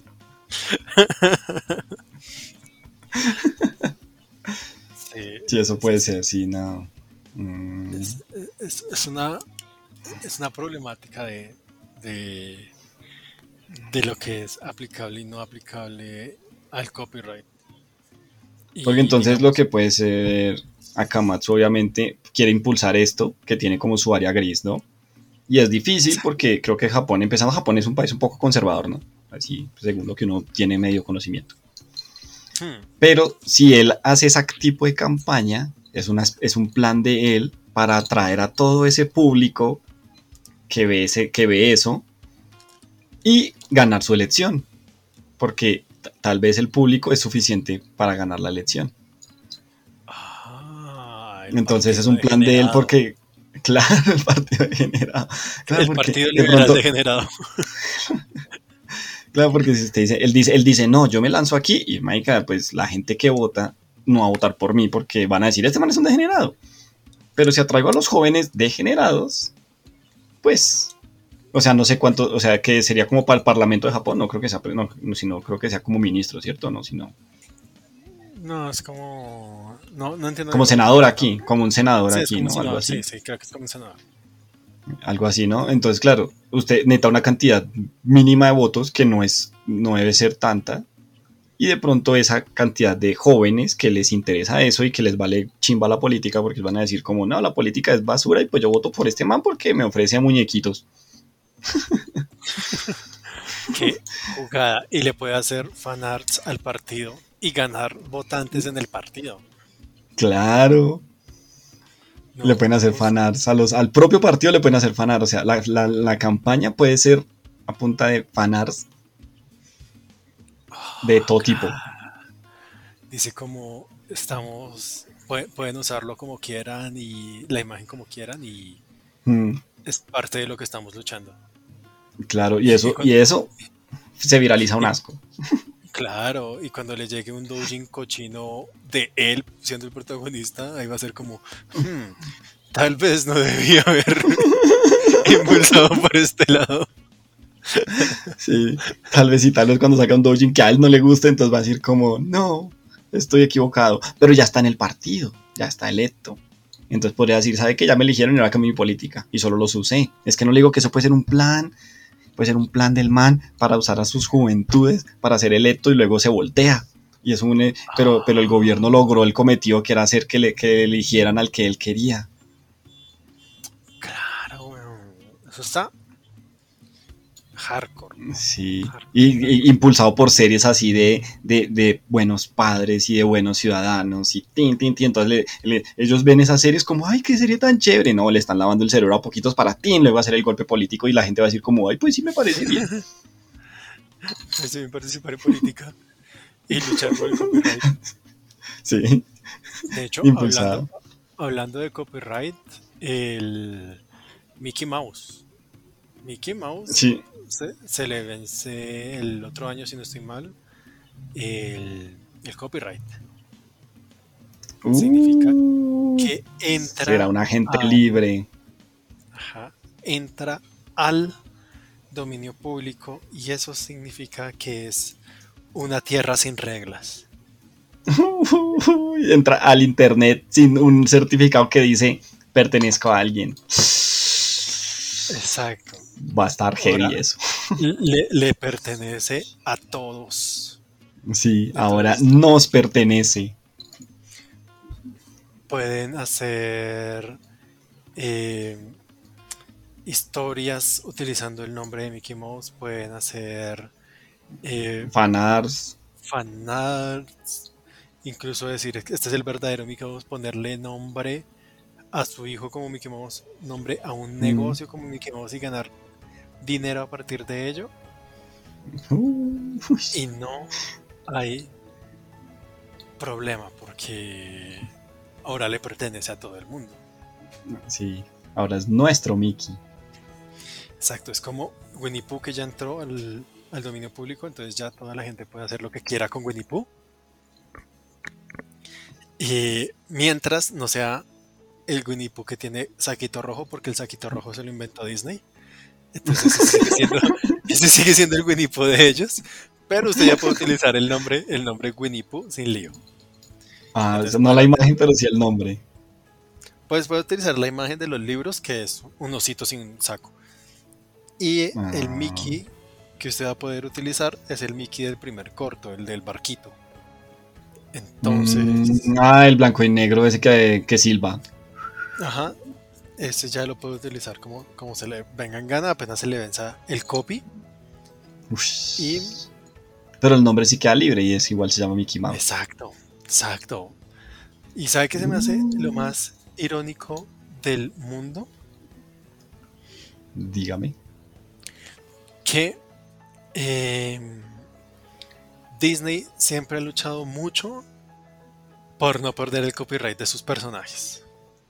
Sí, Sí, eso sí, puede sí. ser, sí, no. Mm, Es, es- es una, es una problemática de, de, de lo que es aplicable y no aplicable al copyright. Porque Y entonces lo digamos, que puede ser Akamatsu obviamente quiere impulsar esto, que tiene como su área gris, ¿no? Y es difícil exacto. porque creo que Japón, empezando Japón es un país un poco conservador, ¿no? Así, según lo que uno tiene medio conocimiento. Hmm. Pero si él hace ese tipo de campaña, es, una, es un plan de él para atraer a todo ese público que ve, ese, que ve eso y ganar su elección. Porque t- tal vez el público es suficiente para ganar la elección. Ah, el Entonces es partido un plan de él degenerado. porque, claro, el partido degenerado. Claro, El porque partido de liberal pronto, degenerado. claro, porque si usted dice, él dice, él dice, no, yo me lanzo aquí y, marica, pues la gente que vota no va a votar por mí porque van a decir, este man es un degenerado. Pero si atraigo a los jóvenes degenerados, pues, o sea, no sé cuánto, o sea, que sería como para el Parlamento de Japón, no creo que sea, no, no, sino creo que sea como ministro, ¿cierto? No, sino No, es como... No, no entiendo como bien la senador pregunta. aquí, como un senador Sí, es aquí, como un ¿no? Algo senador, sí, así. sí, creo que es como un senador. Algo así, ¿no? Entonces, claro, usted necesita una cantidad mínima de votos que no es, no debe ser tanta, y de pronto esa cantidad de jóvenes que les interesa eso y que les vale chimba la política porque van a decir como, no, la política es basura y pues yo voto por este man porque me ofrece muñequitos. Qué jugada. Y le puede hacer fanarts al partido y ganar votantes en el partido. Claro, le pueden hacer No, fanarts a los, al propio partido le pueden hacer fanar, o sea, la, la, la campaña puede ser a punta de fanarts de ah, todo tipo. claro. Dice como estamos, pue- pueden usarlo como quieran y la imagen como quieran y Mm, es parte de lo que estamos luchando. claro, y Y, eso, y cuando, eso se viraliza un y asco. claro, y cuando le llegue un doujin cochino de él siendo el protagonista, ahí va a ser como, "Hmm, tal vez no debía haber impulsado por este lado". Sí, tal vez y tal vez cuando saca un doujin que a él no le gusta, entonces va a decir como, no, estoy equivocado, pero ya está en el partido, ya está electo. Entonces podría decir, ¿sabe que ya me eligieron y ahora cambié mi política? Y solo los usé. Es que no le digo que eso puede ser un plan, puede ser un plan del man para usar a sus juventudes, para ser electo y luego se voltea. Y es un, eh, pero, pero el gobierno Ah, logró el cometido que era hacer que, le, que eligieran al que él quería. claro, weón. Eso está hardcore. Sí, Hardcore, y, y hardcore. impulsado por series así de, de, de, buenos padres y de buenos ciudadanos y tin, tin, tin. Entonces le, le, ellos ven esas series como, ay, qué serie tan chévere. No, le están lavando el cerebro a poquitos para tin, luego hacer el golpe político y la gente va a decir como, ay, pues sí me parece bien. Pensé en participar en política y luchar por el copyright. Sí, De hecho, hablando, impulsado. hablando de copyright, el Mickey Mouse. Mickey Mouse Sí, se, se le vence el otro año, si no estoy mal, el, el copyright. Significa Uh, que será entra un agente a, libre. ajá, entra al dominio público y eso significa que es una tierra sin reglas. Entra al internet sin un certificado que dice pertenezco a alguien. Exacto. Va a estar Ahora heavy eso. le, le pertenece a todos. Sí, ahora Entonces nos pertenece. pueden hacer eh, historias utilizando el nombre de Mickey Mouse, pueden hacer eh, Fanars. fanarts, incluso decir este es el verdadero Mickey Mouse, ponerle nombre a su hijo como Mickey Mouse, nombre a un Mm. negocio como Mickey Mouse y ganar dinero a partir de ello. Uh, Y no hay problema porque ahora le pertenece a todo el mundo. sí, ahora es nuestro Mickey. Exacto, es como Winnie Pooh que ya entró al, al dominio público, entonces ya toda la gente puede hacer lo que quiera con Winnie Pooh. Y mientras no sea el Winnie Pooh que tiene saquito rojo, porque el saquito rojo se lo inventó Disney. Entonces ese sigue siendo, ese sigue siendo el Winnie Pooh de ellos. Pero usted ya puede utilizar el nombre, el nombre Winnie Pooh sin lío. Ah, Entonces no puede la meter, imagen, pero sí el nombre. pues puede utilizar la imagen de los libros, que es un osito sin saco. Y el Ah, Mickey que usted va a poder utilizar es el Mickey del primer corto, el del barquito. Entonces, mm, ah, el blanco y negro ese que, que silba. ajá, ese ya lo puede utilizar como, como se le venga en gana, apenas se le venza el copy. Y Ush. Pero el nombre sí queda libre y es igual, se llama Mickey Mouse. exacto, exacto. ¿Y sabe qué se me hace lo Mm, más irónico del mundo? dígame. Que eh, Disney siempre ha luchado mucho por no perder el copyright de sus personajes.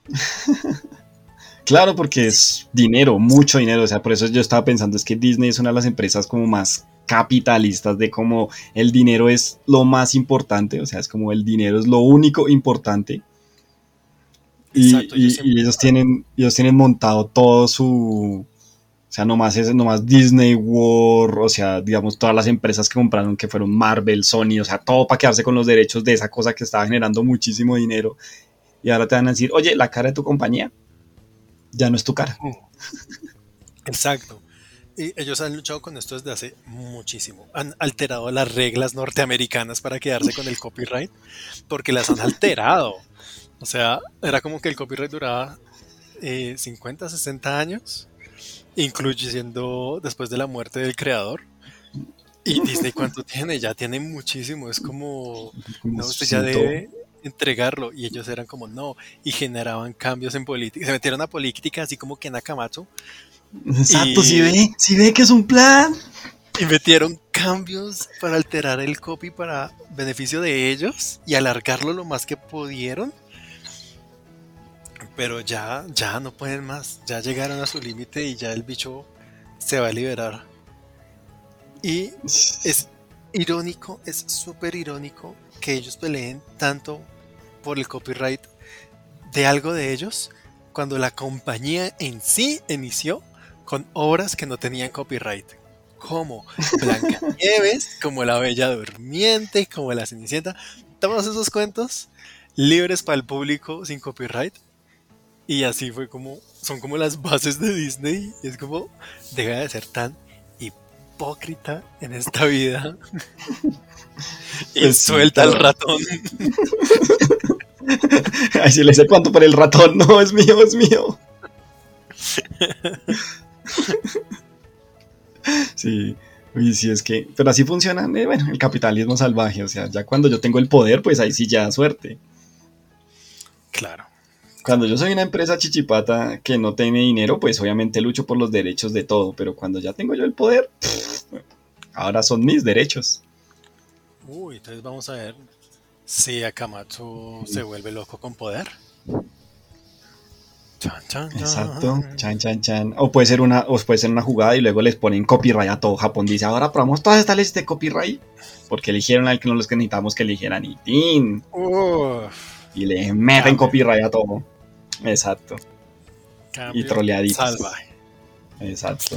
Claro, porque es dinero, mucho dinero. O sea, por eso yo estaba pensando, es que Disney es una de las empresas como más capitalistas de como el dinero es lo más importante. O sea, es como el dinero es lo único importante. Y, Exacto, yo y, siempre... y ellos tienen, ellos tienen montado todo su, o sea, nomás es nomás Disney World, o sea, digamos, todas las empresas que compraron, que fueron Marvel, Sony, o sea, todo para quedarse con los derechos de esa cosa que estaba generando muchísimo dinero. Y ahora te van a decir, oye, la cara de tu compañía ya no es tu cara. Exacto. Y ellos han luchado con esto desde hace muchísimo. Han alterado las reglas norteamericanas para quedarse con el copyright, porque las han alterado. O sea, era como que el copyright duraba eh, cincuenta, sesenta años, incluyendo después de la muerte del creador. Y Disney, ¿cuánto tiene? Ya tiene muchísimo. Es como, Como no, usted ya ciento. debe entregarlo. Y ellos eran como, no. Y generaban cambios en política. Se metieron a política, así como que Nakamatsu. Exacto, si Y, ve, si ve que es un plan. y metieron cambios para alterar el copy para beneficio de ellos y alargarlo lo más que pudieron. Pero ya, ya no pueden más. Ya llegaron a su límite y ya el bicho se va a liberar. Y es irónico, es súper irónico que ellos peleen tanto por el copyright de algo de ellos cuando la compañía en sí inició con obras que no tenían copyright, como Blancanieves, como La Bella Durmiente, como La Cenicienta, todos esos cuentos libres para el público sin copyright. Y así fue como, son como las bases de Disney. Es como, deja de ser tan hipócrita en esta vida y Pues sí, suelta al pero ratón. ahí sí le sé cuánto por el ratón. No, es mío, es mío. Sí, y sí es que, pero así funciona, eh, bueno, el capitalismo salvaje. O sea, ya cuando yo tengo el poder, pues ahí sí ya suerte. Claro, Cuando claro. yo soy una empresa chichipata que no tiene dinero, pues obviamente lucho por los derechos de todo, pero cuando ya tengo yo el poder, ahora son mis derechos. Uy, entonces vamos a ver si Akamatsu se vuelve loco con poder. Chan, chan, Exacto, chan. chan, chan, chan. O puede ser una, o puede ser una jugada y luego les ponen copyright a todo. Japón dice, ahora probamos todas estas leyes de copyright. Porque eligieron al que no los que necesitamos que eligieran y ¡tin! Uf, Y le meten cambio, copyright a todo. Exacto. Y cambio troleaditos. salvaje. Exacto.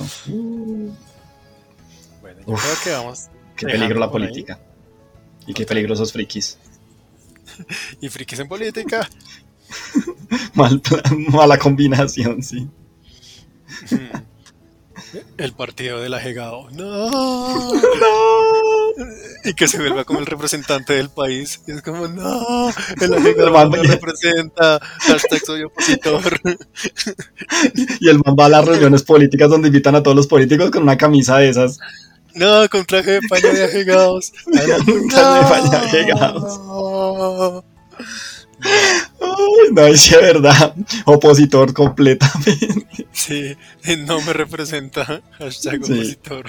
Bueno, yo creo que Uf, vamos qué peligro dejando la por ahí. política. Y qué Total. peligrosos frikis. Y frikis en política. Mal plan- mala combinación, sí. Mm. El partido del ajegado. No. No. Y que se vuelva como el representante del país. Y es como, no, el El ajegado no man, me representa. Hashtag soy opositor. y el man va a las reuniones políticas donde invitan a todos los políticos con una camisa de esas. No, con traje de paño de ajegados. Traje de bañar llegados. No. No, Ay, no, es verdad. Opositor completamente. sí, no me representa. Hashtag Sí. opositor.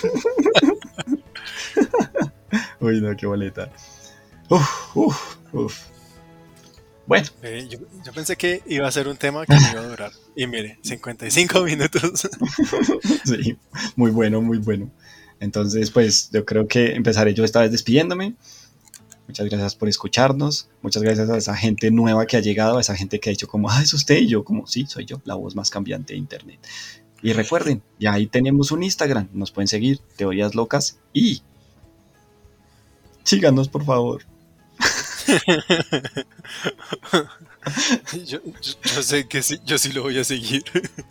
Uy, no, qué boleta. Uf, uf, uf. Bueno, Eh, yo, yo pensé que iba a ser un tema que me iba a durar. Y mire, cincuenta y cinco minutos. sí, muy bueno, muy bueno. Entonces, pues yo creo que empezaré yo esta vez despidiéndome. Muchas gracias por escucharnos. Muchas gracias a esa gente nueva que ha llegado, a esa gente que ha dicho como, ah, es usted. Y yo como, sí, soy yo, la voz más cambiante de internet. Y recuerden, ya ahí tenemos un Instagram. Nos pueden seguir, Teorías Locas. Y síganos, por favor. Yo, yo, yo sé que sí, yo sí lo voy a seguir.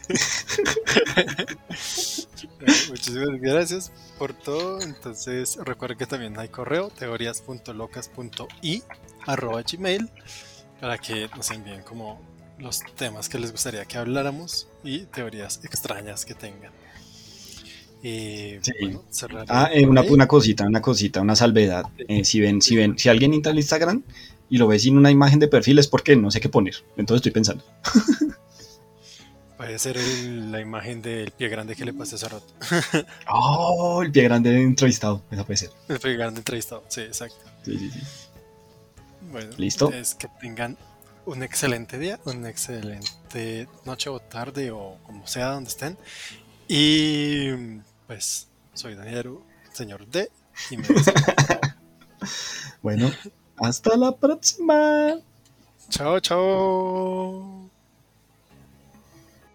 Bueno, muchísimas gracias por todo. Entonces, recuerden que también hay correo teorías punto locas punto i arroba gmail para que nos envíen como los temas que les gustaría que habláramos y teorías extrañas que tengan. Y Sí. bueno, cerraré Ah, eh, por una, ahí. una cosita, una cosita, una salvedad. Eh, si ven, si ven, si alguien entra al Instagram y lo ve sin una imagen de perfil es porque no sé qué poner. Entonces estoy pensando. Puede ser el- la imagen del pie grande que le pasé hace rato. Oh, el pie grande entrevistado. Esa puede ser. El pie grande entrevistado, sí, exacto. Sí, sí, sí. Bueno, ¿Listo? es que tengan un excelente día, una excelente noche o tarde o como sea donde estén. Y pues soy Daniel, señor D, y me despido. Bueno, hasta la próxima. Chao, chao.